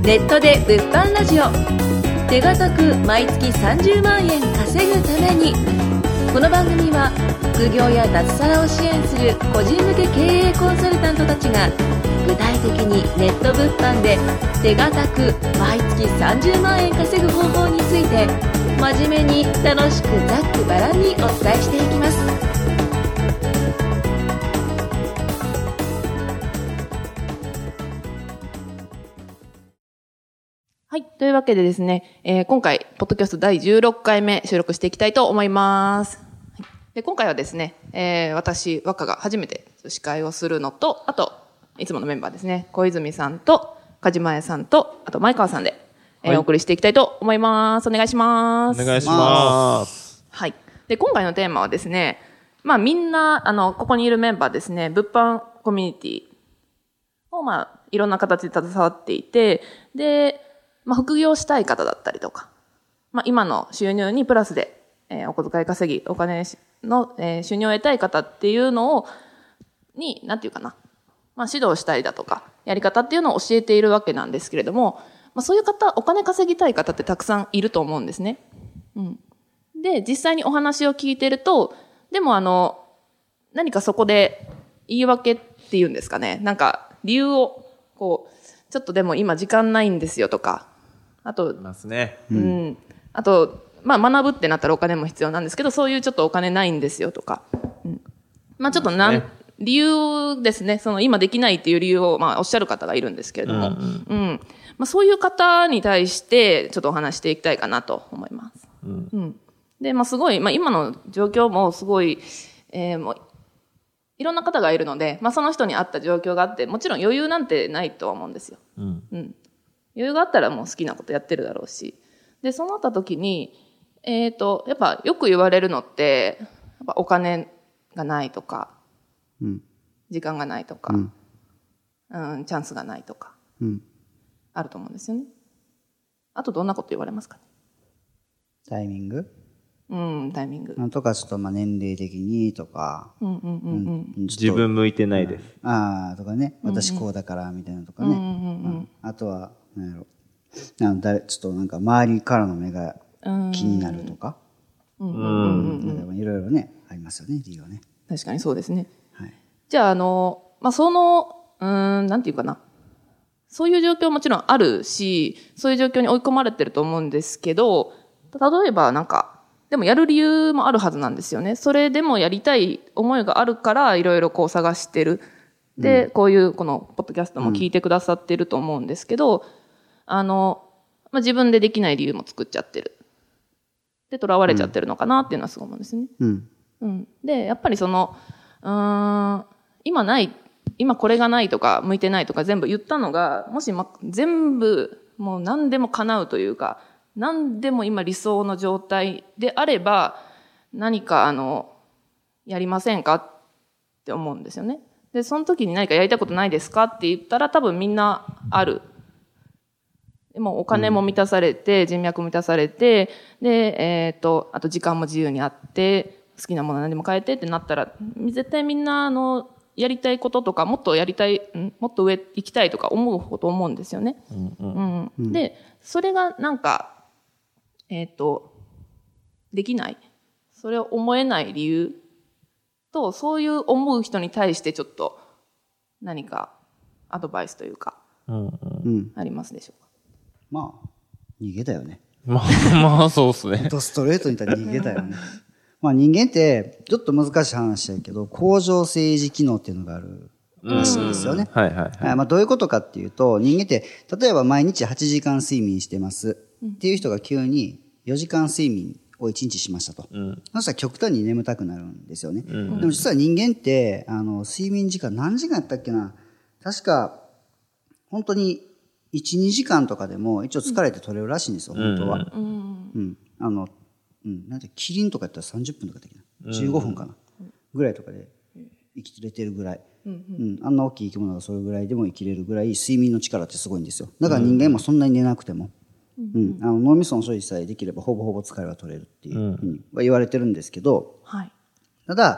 ネットで物販ラジオ、手堅く毎月30万円稼ぐために。この番組は副業や脱サラを支援する個人向け経営コンサルタントたちが、具体的にネット物販で手堅く毎月30万円稼ぐ方法について、真面目に楽しくざっくばらんにお伝えしていきます。はい。というわけでですね、今回、ポッドキャスト第16回目収録していきたいと思います。で、今回はですね、私、若が初めて司会をするのと、あと、いつものメンバーですね、小泉さんと、梶前さんと、あと前川さんで、お送りしていきたいと思います。お願いします。 お願いします。 はい。で、今回のテーマはですね、まあみんな、ここにいるメンバーですね、物販コミュニティを、いろんな形で携わっていて、で、副業したい方だったりとか、今の収入にプラスで、お小遣い稼ぎ、お金の、収入を得たい方っていうのを、なんていうかな、指導したりだとか、やり方っていうのを教えているわけなんですけれども、そういう方、お金稼ぎたい方ってたくさんいると思うんですね。うん。で、実際にお話を聞いてると、でも何かそこで言い訳っていうんですかね、なんか理由を、ちょっとでも今時間ないんですよとか、あと、 ますね。 あと、学ぶってなったらお金も必要なんですけど、そういうちょっとお金ないんですよとか、ちょっと理由ですね、その今できないっていう理由を、おっしゃる方がいるんですけれども、そういう方に対してちょっとお話していきたいかなと思います。で、すごい、今の状況もすごい、もういろんな方がいるので、その人に合った状況があって、もちろん余裕なんてないとは思うんですよ。余裕があったらもう好きなことやってるだろうし。で、そうなった時に、やっぱよく言われるのって、やっぱお金がないとか、時間がないとか、チャンスがないとか、あると思うんですよね。あとどんなこと言われますかね。 タイミング？ タイミング。 とか、ちょっと年齢的にとか、 自分向いてないです。 とかね、私こうだからみたいなとかね。あとは、ちょっとなんか周りからの目が気になるとか。いろいろね、ありますよね、理由はね。 確かにそうですね。 はい。 じゃあなんていうかな。そういう状況ももちろんあるし、そういう状況に追い込まれてると思うんですけど、例えばでもやる理由もあるはずなんですよね。それでもやりたい思いがあるからいろいろ探してる。で、こういうこのポッドキャストも聞いてくださってると思うんですけど、自分でできない理由も作っちゃってる。で、囚われちゃってるのかなっていうのはすごい思うんですね。で、やっぱり今これがないとか向いてないとか全部言ったのが、もし全部もう何でも叶うというか、何でも今理想の状態であれば、何かやりませんかって思うんですよね。で、その時に何かやりたいことないですかって言ったら多分みんなある。でもお金も満たされて、人脈も満たされて、で、あと時間も自由にあって、好きなもの何でも変えてってなったら、絶対みんなやりたいこととか、もっと上行きたいとか思うこと思うんですよね。で、それができない。それを思えない理由と、そういう思う人に対してちょっと何かアドバイスというか、ありますでしょうか。 逃げだよね。 そうっすね。 ストレートに言ったら逃げだよね。人間って、ちょっと難しい話だけど、恒常政治機能っていうのがあるらしいんですよね。どういうことかっていうと、人間って、例えば毎日8時間睡眠してますっていう人が急に4時間睡眠を1日しましたと。そしたら極端に眠たくなるんですよね。でも実は人間って、睡眠時間何時間やったっけな？確か、本当に1、2時間とかでも一応疲れて取れるらしいんですよ、本当は。キリンとかやったら30分とかできない。15分かな。ぐらいとかで生きれてるぐらい。あんな大きい生き物がそれぐらいでも生きれるぐらい睡眠の力ってすごいんですよ。だから人間もそんなに寝なくても、脳みその処理さえできればほぼほぼ疲れは取れるっていうふうに言われてるんですけど、ただ、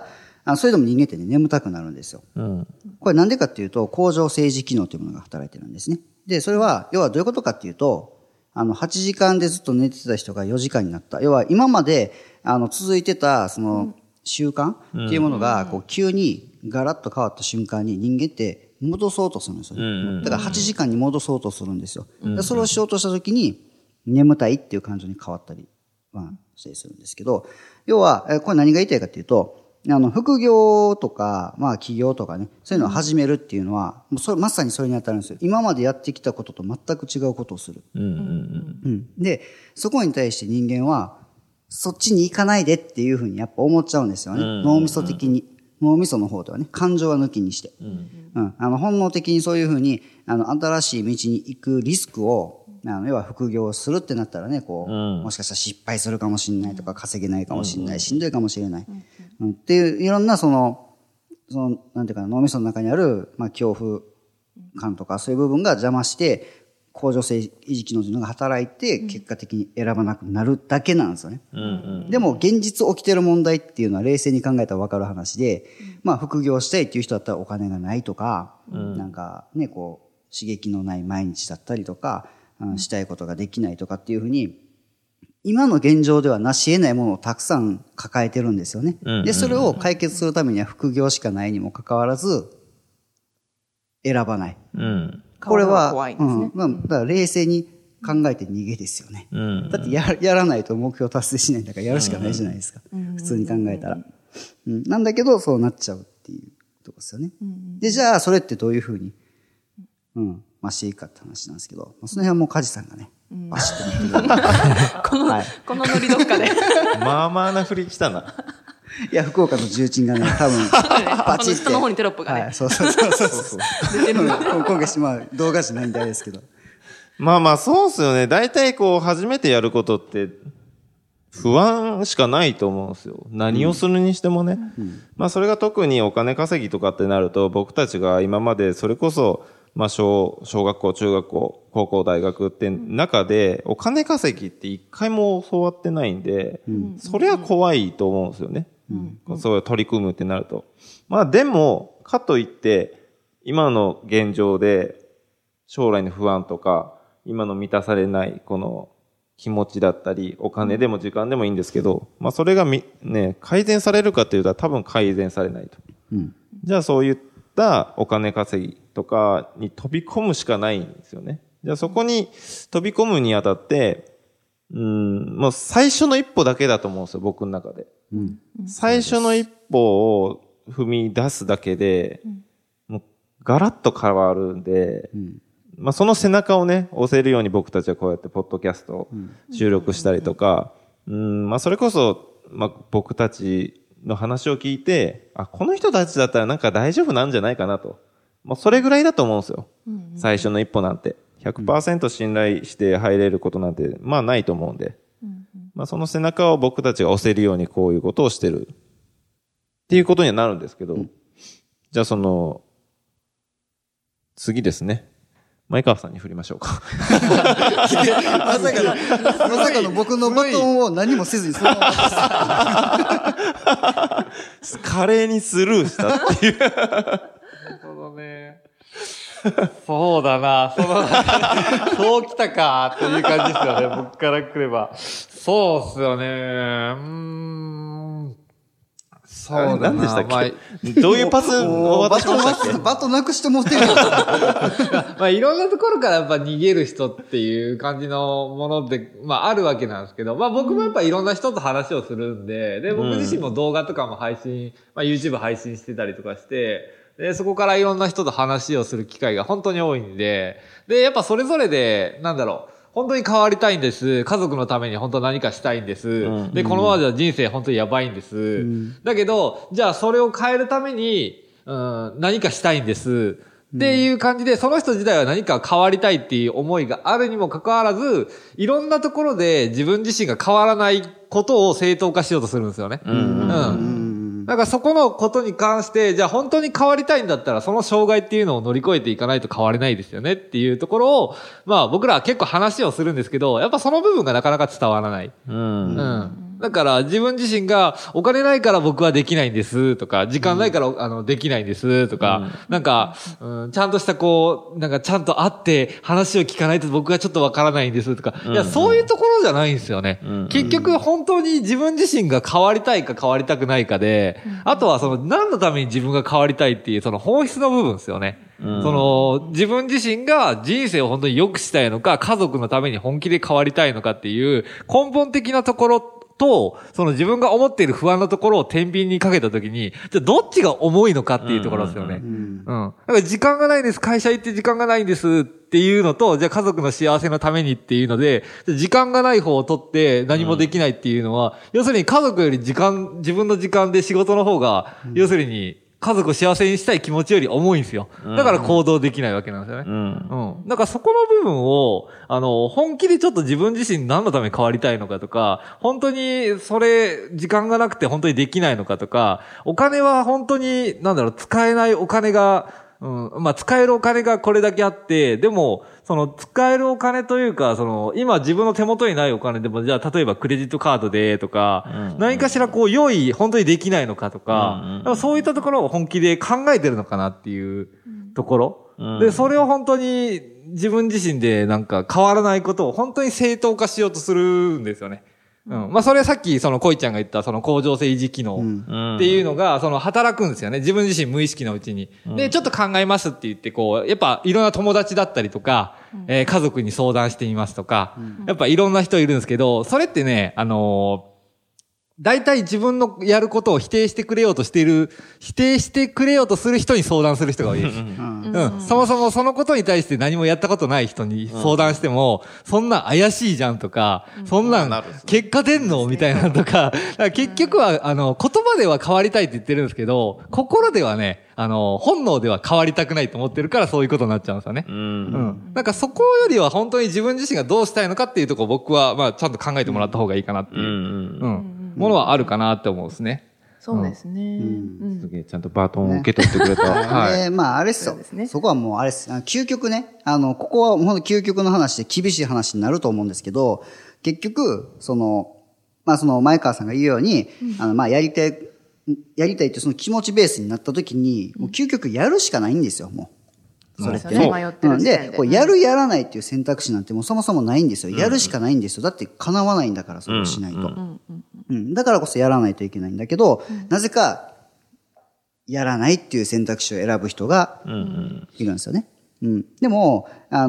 それでも人間ってね、眠たくなるんですよ。これなんでかっていうと、恒常政治機能というものが働いてるんですね。で、それは、要はどういうことかっていうと、8時間でずっと寝てた人が4時間になった。要は、今まで、続いてた、習慣っていうものが、こう、急にガラッと変わった瞬間に人間って戻そうとするんですよね。だから8時間に戻そうとするんですよ。でそれをしようとしたときに、眠たいっていう感情に変わったり、したりするんですけど、要は、これ何が言いたいかっていうと、副業とか、企業とかね、そういうのを始めるっていうのは、まさにそれに当たるんですよ。今までやってきたことと全く違うことをする。で、そこに対して人間は、そっちに行かないでっていうふうにやっぱ思っちゃうんですよね。脳みそ的に。脳みその方ではね、感情は抜きにして。本能的にそういうふうに、新しい道に行くリスクを、要は副業をするってなったらね、こう、もしかしたら失敗するかもしれないとか、稼げないかもしれない、しんどいかもしれない。っていう、いろんななんていうかな、脳みその中にある、恐怖感とか、そういう部分が邪魔して、恒常政治機能というのが働いて、結果的に選ばなくなるだけなんですよね。でも、現実起きてる問題っていうのは冷静に考えたら分かる話で、副業したいっていう人だったらお金がないとか、なんかね、こう、刺激のない毎日だったりとか、したいことができないとかっていうふうに、今の現状では成し得ないものをたくさん抱えてるんですよね。で、それを解決するためには副業しかないにもかかわらず、選ばない。これは、だから冷静に考えて逃げですよね。だってやらないと目標達成しないんだからやるしかないじゃないですか。普通に考えたら。なんだけど、そうなっちゃうっていうとこですよね。で、じゃあ、それってどういうふうに、していくかって話なんですけど、その辺はもう梶さんがね、バシッと言ってる。 このノリどっかで。 まあまあな振り来たな。 いや、福岡の重鎮がね、多分、パチッて。 下の方にテロップがね。 そう。出てる今回動画じゃないんであれですけど。 そうっすよね。大体こう、初めてやることって、不安しかないと思うんですよ。何をするにしてもね。それが特にお金稼ぎとかってなると、僕たちが今までそれこそ、小学校、中学校、高校、大学って中で、お金稼ぎって一回も教わってないんで、それは怖いと思うんですよね。そういう取り組むってなると。でも、かといって、今の現状で、将来の不安とか、今の満たされないこの気持ちだったり、お金でも時間でもいいんですけど、それが改善されるかっていうと多分改善されないと。じゃあそういったお金稼ぎとかに飛び込むしかないんですよね。じゃあそこに飛び込むにあたって、もう最初の一歩だけだと思うんですよ、僕の中で。最初の一歩を踏み出すだけで、もうガラッと変わるんで、その背中をね、押せるように僕たちはこうやってポッドキャストを収録したりとか、それこそ、僕たちの話を聞いて、この人たちだったらなんか大丈夫なんじゃないかなと。それぐらいだと思うんですよ。最初の一歩なんて。100% 信頼して入れることなんて、ないと思うんで。その背中を僕たちが押せるようにこういうことをしてる。っていうことにはなるんですけど、じゃあ次ですね。前川さんに振りましょうか。 まさかの僕のバトンを何もせずにそのまま華麗にスルーしたっていう。 なるほどね。そうだな。そうきたかっていう感じですよね。僕から来れば。そうっすよね。そうだな。 何でしたっけ、どういうパスを渡しましたっけ？ バトなくして持ってる。 いろんなところからやっぱ逃げる人っていう感じのもので、あるわけなんですけど、僕もやっぱいろんな人と話をするんで、で、僕自身も動画とかも配信、YouTube 配信してたりとかして、で、そこからいろんな人と話をする機会が本当に多いんで、で、やっぱそれぞれで、本当に変わりたいんです。家族のために本当何かしたいんです。で、このままじゃ人生本当にやばいんです。だけど、じゃあそれを変えるために、何かしたいんです。っていう感じで、その人自体は何か変わりたいっていう思いがあるにもかかわらず、いろんなところで自分自身が変わらないことを正当化しようとするんですよね。だからそこのことに関して、じゃあ本当に変わりたいんだったら、その障害っていうのを乗り越えていかないと変われないですよねっていうところを、僕らは結構話をするんですけど、やっぱその部分がなかなか伝わらない。 だから自分自身がお金ないから僕はできないんですとか、時間ないからできないんですとか、なんか、ちゃんとしたこう、なんかちゃんと会って話を聞かないと僕はちょっとわからないんですとか、いや、そういうところじゃないんですよね。結局本当に自分自身が変わりたいか変わりたくないかで、あとはその何のために自分が変わりたいっていうその本質の部分ですよね。自分自身が人生を本当に良くしたいのか、家族のために本気で変わりたいのかっていう根本的なところと、その自分が思っている不安のところを天秤にかけたときに、じゃあどっちが重いのかっていうところですよね。だから時間がないんです、会社行って時間がないんですっていうのと、じゃあ家族の幸せのためにっていうので、時間がない方を取って何もできないっていうのは、要するに家族より自分の時間で仕事の方が、要するに、家族を幸せにしたい気持ちより重いんですよ。だから行動できないわけなんですよね。だからそこの部分を、本気でちょっと自分自身何のために変わりたいのかとか、本当に時間がなくて本当にできないのかとか、お金は本当に、使えないお金が、使えるお金がこれだけあって、でも、その使えるお金というか、今自分の手元にないお金でも、じゃあ例えばクレジットカードでとか、何かしらこう用意本当にできないのかとか、そういったところを本気で考えてるのかなっていうところ。で、それを本当に自分自身でなんか変わらないことを本当に正当化しようとするんですよね。それはさっき恋ちゃんが言った恒常性維持機能っていうのが働くんですよね。自分自身無意識のうちに。で、ちょっと考えますって言ってやっぱいろんな友達だったりとか、家族に相談してみますとか、やっぱいろんな人いるんですけど、それってね、大体自分のやることを否定してくれようとする人に相談する人が多いです。そもそもそのことに対して何もやったことない人に相談しても、そんな怪しいじゃんとか、そんなん結果出んのみたいなとか、結局は、言葉では変わりたいって言ってるんですけど、心ではね、本能では変わりたくないと思ってるからそういうことになっちゃうんですよね。なんかそこよりは本当に自分自身がどうしたいのかっていうところ僕は、ちゃんと考えてもらった方がいいかなっていう。ものはあるかなって思うんですね。 そうですね。 すげえ、ちゃんとバトンを受け取ってくれた。 はい。あれっすよ。そこはもうあれっす。究極ね、ここはもう究極の話で厳しい話になると思うんですけど、結局、前川さんが言うように、やりたいってその気持ちベースになった時に、もう究極やるしかないんですよ、もう。それってね。で、やるやらないっていう選択肢なんてもうそもそもないんですよ。やるしかないんですよ。だって叶わないんだから、それをしないと。だからこそやらないといけないんだけど、なぜか、やらないっていう選択肢を選ぶ人がいるんですよね。でも、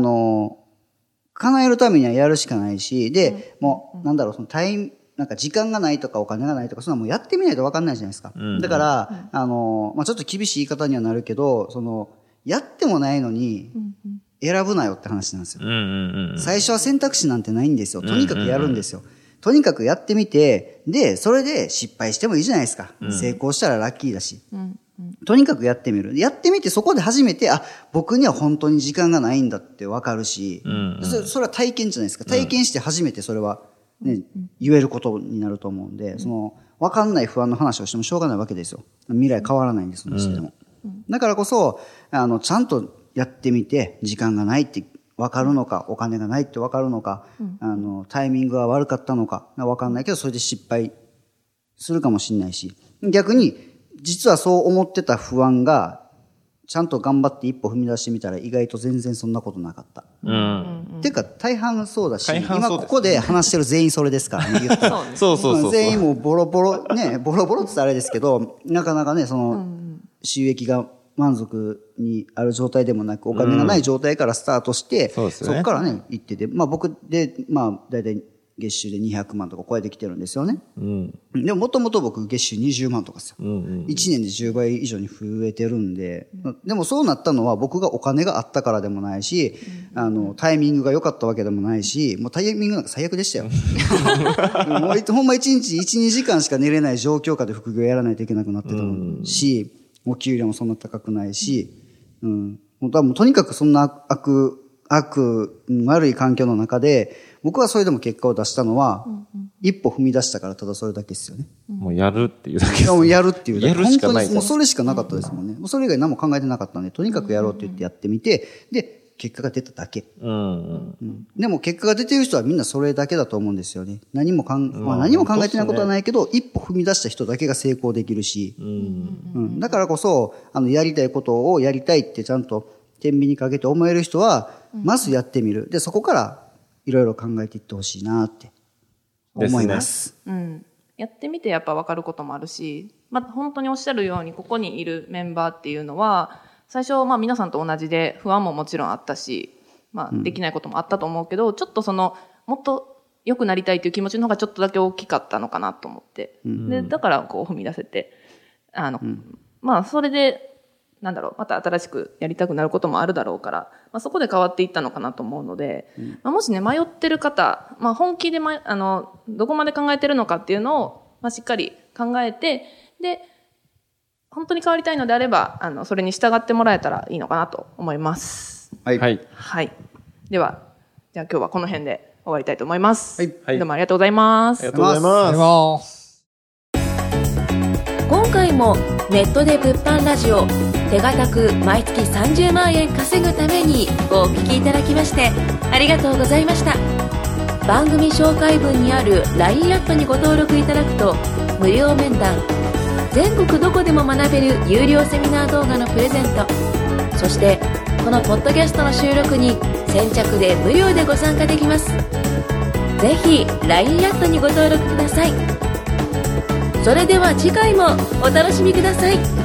叶えるためにはやるしかないし、で、もう、なんか時間がないとかお金がないとか、そんなもうやってみないと分かんないじゃないですか。だから、ちょっと厳しい言い方にはなるけど、やってもないのに、選ぶなよって話なんですよ。最初は選択肢なんてないんですよ。とにかくやるんですよ。とにかくやってみて、で、それで失敗してもいいじゃないですか。成功したらラッキーだし。とにかくやってみる。やってみてそこで初めて、僕には本当に時間がないんだってわかるし、それは体験じゃないですか。体験して初めてそれは、ね、言えることになると思うんで、わかんない不安の話をしてもしょうがないわけですよ。未来変わらないんです、そのしても。だからこそ、ちゃんとやってみて、時間がないって分かるのか、お金がないって分かるのか、タイミングが悪かったのか、分かんないけど、それで失敗するかもしれないし、逆に、実はそう思ってた不安が、ちゃんと頑張って一歩踏み出してみたら、意外と全然そんなことなかった。っていうか、大半そうだし、今ここで話してる全員それですからね、言ったら。 そう。 全員もボロボロって言ったらあれですけど、なかなかね、収益が満足にある状態でもなく、お金がない状態からスタートして、そこからね、行ってて、僕で、だいたい月収で200万とか超えてきてるんですよね。でももともと僕月収20万とかですよ。1年で10倍以上に増えてるんで、でもそうなったのは僕がお金があったからでもないし、タイミングが良かったわけでもないし、もうタイミングなんか最悪でしたよ。もうほんま1日1、2時間しか寝れない状況下で副業やらないといけなくなってたし、お給料もそんな高くないし、もうとにかくそんな悪い環境の中で、僕はそれでも結果を出したのは、一歩踏み出したからただそれだけですよね。 もうやるっていうだけです。 もうやるっていうだけ。 やるしかない。 本当にもうそれしかなかったですもんね。もうそれ以外何も考えてなかったんで、とにかくやろうって言ってやってみて、で、 結果が出ただけ。 うんでも結果が出てる人はみんなそれだけだと思うんですよね。何も考えてないことはないけど、一歩踏み出した人だけが成功できるし、だからこそ、やりたいことをやりたいってちゃんと天秤にかけて思える人は、まずやってみる。で、そこからいろいろ考えていってほしいなって思います。 やってみてやっぱ分かることもあるし、本当におっしゃるように、ここにいるメンバーっていうのは、最初、皆さんと同じで不安ももちろんあったし、できないこともあったと思うけど、ちょっともっと良くなりたいという気持ちの方がちょっとだけ大きかったのかなと思って。で、だから踏み出せて、それで、また新しくやりたくなることもあるだろうから、そこで変わっていったのかなと思うので、もしね、迷ってる方、本気でどこまで考えてるのかっていうのを、しっかり考えて、で、本当に変わりたいのであれば、それに従ってもらえたらいいのかなと思います。 はい。はい。 では、じゃあ今日はこの辺で終わりたいと思います。 はい。 どうもありがとうございます。 ありがとうございます。 今回もネットで物販ラジオ手堅く毎月30万円稼ぐためにお聞きいただきましてありがとうございました。番組紹介文にある LINE アットにご登録いただくと無料面談、全国どこでも学べる有料セミナー動画のプレゼント、そしてこのポッドキャストの収録に先着で無料でご参加できます。ぜひ LINE アットにご登録ください。それでは次回もお楽しみください。